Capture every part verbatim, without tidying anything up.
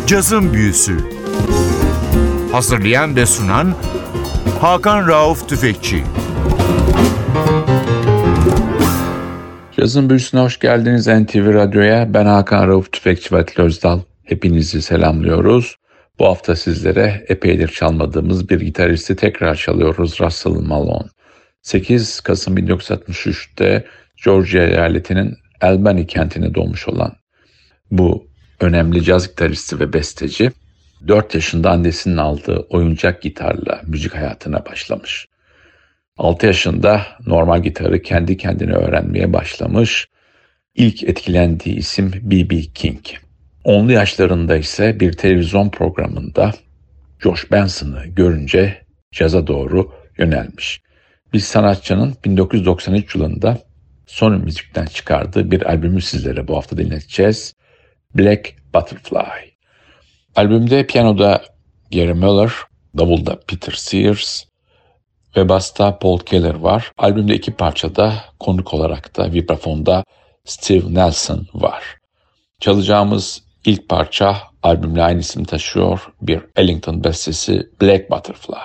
Cazın Büyüsü. Hazırlayan ve sunan Hakan Rauf Tüfekçi. Cazın Büyüsü'ne hoş geldiniz N T V Radyo'ya. Ben Hakan Rauf Tüfekçi ve Atilla Özdal. Hepinizi selamlıyoruz. Bu hafta sizlere epeydir çalmadığımız bir gitaristi tekrar çalıyoruz, Russell Malone. sekiz Kasım bin dokuz yüz altmış üçte Georgia eyaletinin Albany kentine doğmuş olan bu önemli caz gitaristi ve besteci, dört yaşında annesinin aldığı oyuncak gitarla müzik hayatına başlamış. altı yaşında normal gitarı kendi kendine öğrenmeye başlamış. İlk etkilendiği isim B B King. onlu yaşlarında ise bir televizyon programında Josh Benson'ı görünce caza doğru yönelmiş. Biz sanatçının bin dokuz yüz doksan üç yılında Sony Music'ten çıkardığı bir albümü sizlere bu hafta dinleteceğiz. Black Butterfly. Albümde piyanoda Gary Miller, davulda Peter Sears ve basta Paul Keller var. Albümde iki parçada konuk olarak da vibrafonda Steve Nelson var. Çalacağımız ilk parça albümle aynı ismi taşıyor, bir Ellington bestesi Black Butterfly.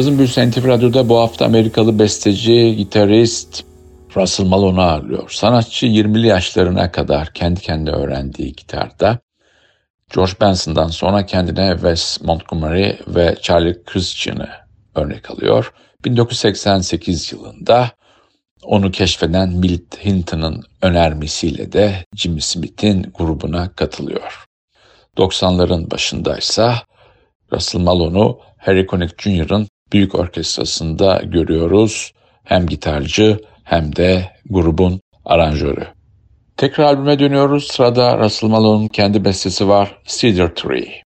Cazın Büyüsü N T V Radyo'da bu hafta Amerikalı besteci, gitarist Russell Malone'u ağırlıyor. Sanatçı yirmili yaşlarına kadar kendi kendine öğrendiği gitarda George Benson'dan sonra kendine Wes Montgomery ve Charlie Christian'ı örnek alıyor. bin dokuz yüz seksen sekiz yılında onu keşfeden Milt Hinton'ın önermesiyle de Jimmy Smith'in grubuna katılıyor. doksanların başındaysa Russell Malone'u Harry Connick Junior'ın büyük orkestrasında görüyoruz. Hem gitarcı hem de grubun aranjörü. Tekrar albüme dönüyoruz. Sırada Russell Malone'un kendi bestesi var, Cedar Tree.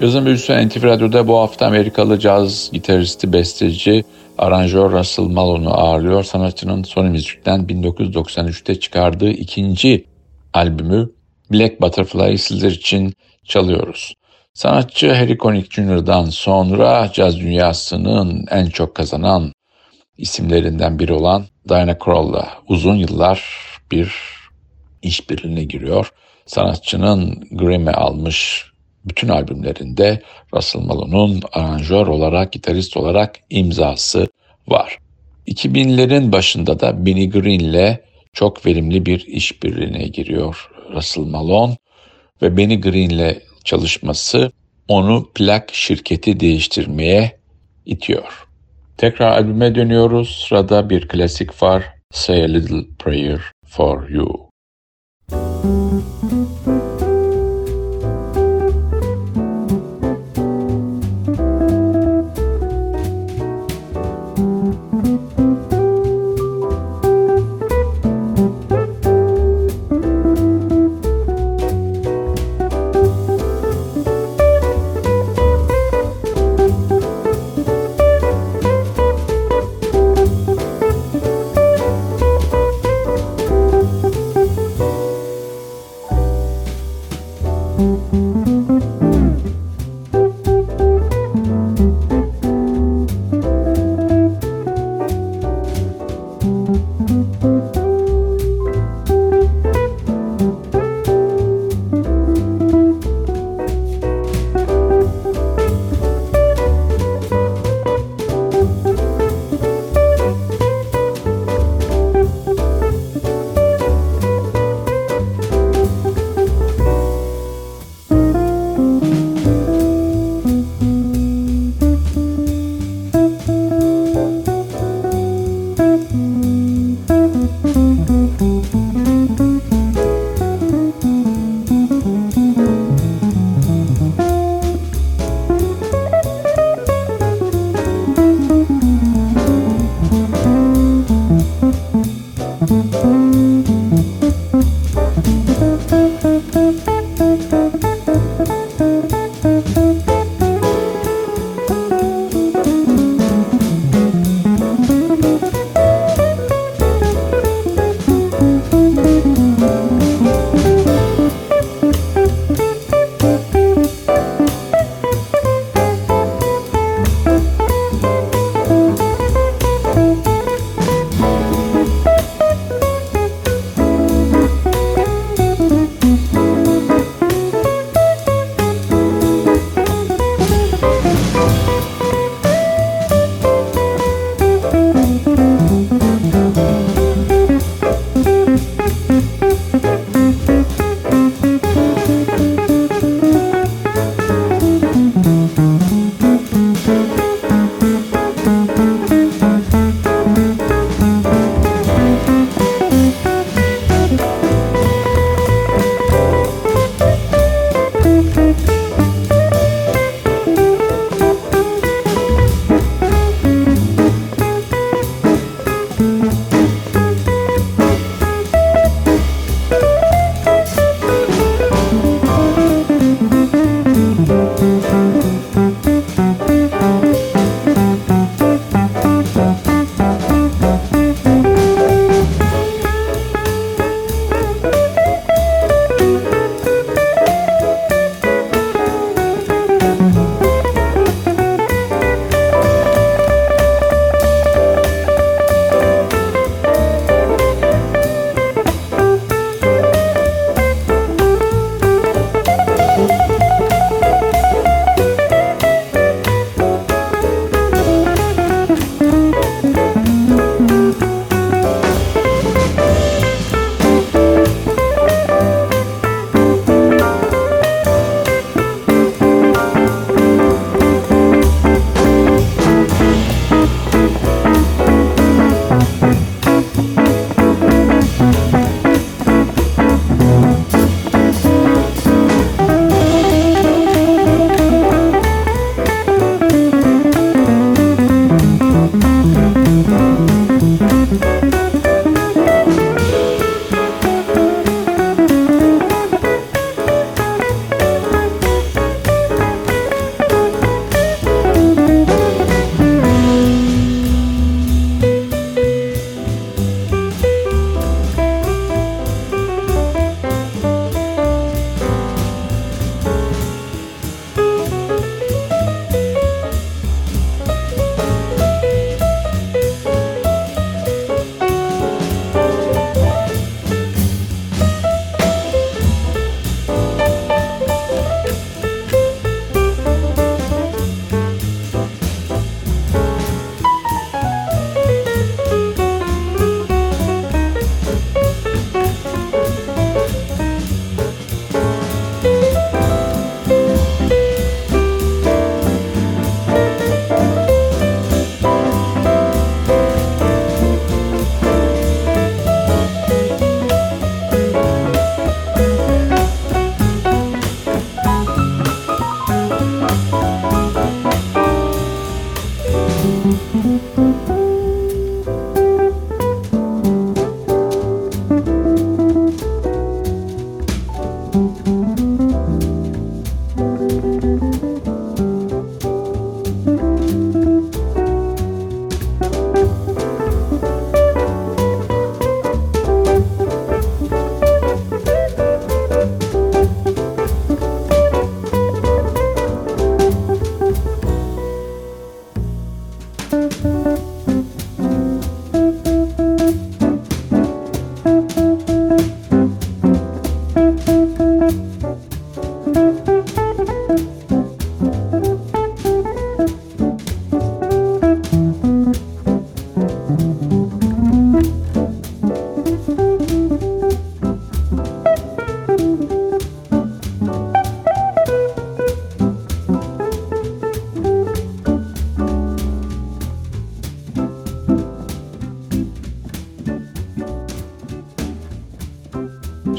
Cazın Büyüsü N T V Radyo'da bu hafta Amerikalı caz gitaristi, besteci, aranjör Russell Malone'u ağırlıyor. Sanatçının Sony Music'ten bin dokuz yüz doksan üçte çıkardığı ikinci albümü Black Butterfly'ı sizler için çalıyoruz. Sanatçı Harry Connick Junior'dan sonra caz dünyasının en çok kazanan isimlerinden biri olan Diana Krall'la uzun yıllar bir işbirliğine giriyor. Sanatçının Grammy almış bütün albümlerinde Russell Malone'un aranjör olarak, gitarist olarak imzası var. iki binlerin başında da Benny Green'le çok verimli bir işbirliğine giriyor Russell Malone ve Benny Green'le çalışması onu plak şirketi değiştirmeye itiyor. Tekrar albüme dönüyoruz. Sırada bir klasik var. Say a Little Prayer for You.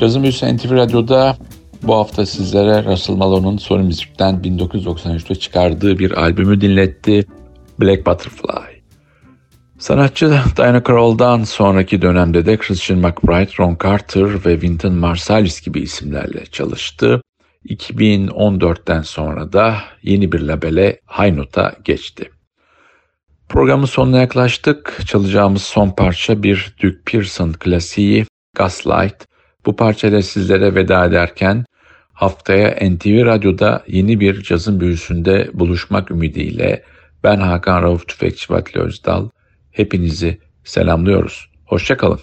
Cazın Büyüsü N T V Radyo'da bu hafta sizlere Russell Malone'un Sony Music'ten bin dokuz yüz doksan üçte çıkardığı bir albümü dinletti, Black Butterfly. Sanatçı Diana Krall'dan sonraki dönemde de Christian McBride, Ron Carter ve Wynton Marsalis gibi isimlerle çalıştı. iki bin on dörtten sonra da yeni bir labele High Note'a geçti. Programın sonuna yaklaştık. Çalacağımız son parça bir Duke Pearson klasiği Gaslight. Bu parçayla sizlere veda ederken haftaya N T V Radyo'da yeni bir cazın büyüsünde buluşmak ümidiyle ben Hakan Rauf Tüfekçi ve Atilla Özdal hepinizi selamlıyoruz. Hoşça kalın.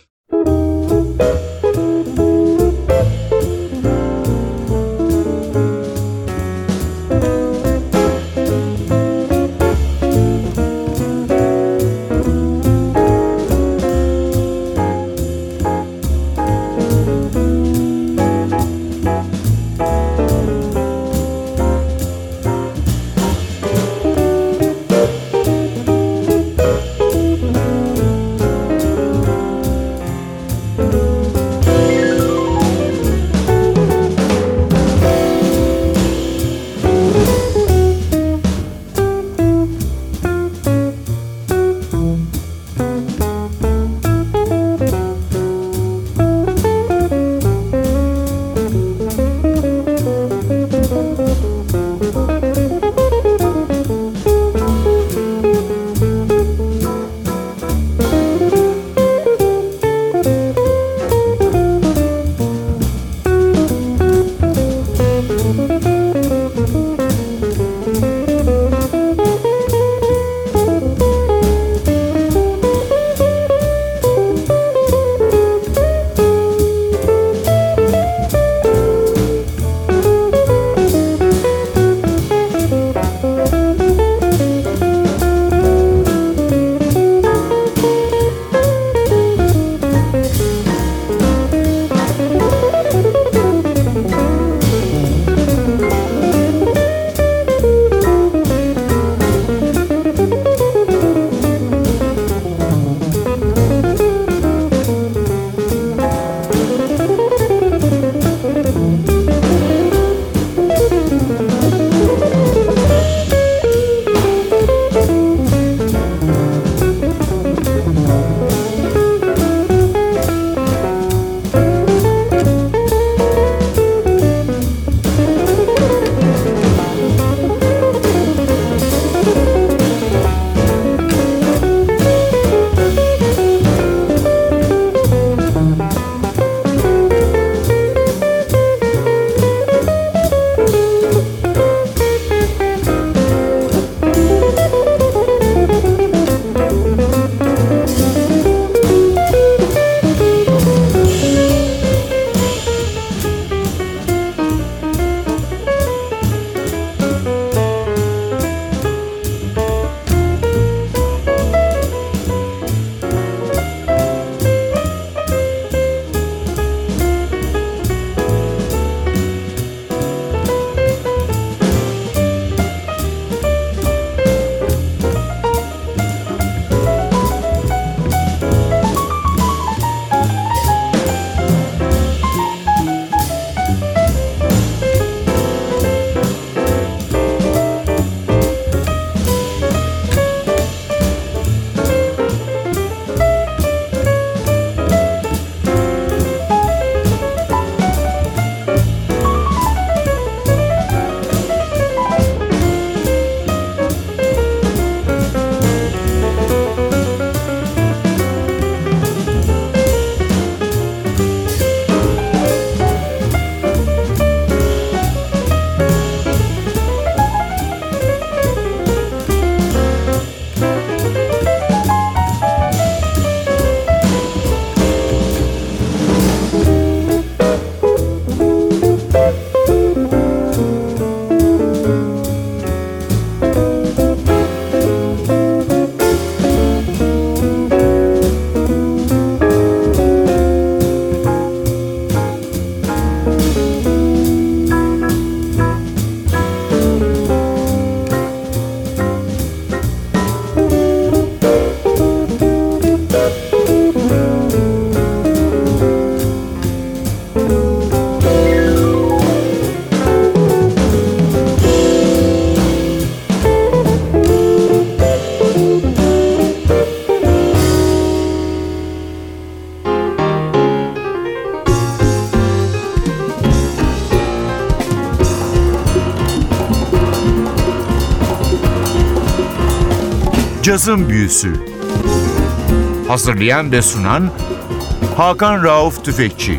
Cazın Büyüsü. Hazırlayan ve sunan Hakan Rauf Tüfekçi.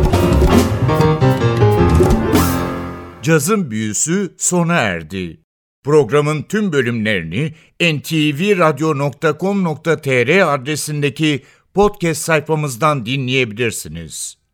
Cazın Büyüsü sona erdi. Programın tüm bölümlerini en te ve radyo nokta com nokta te er adresindeki podcast sayfamızdan dinleyebilirsiniz.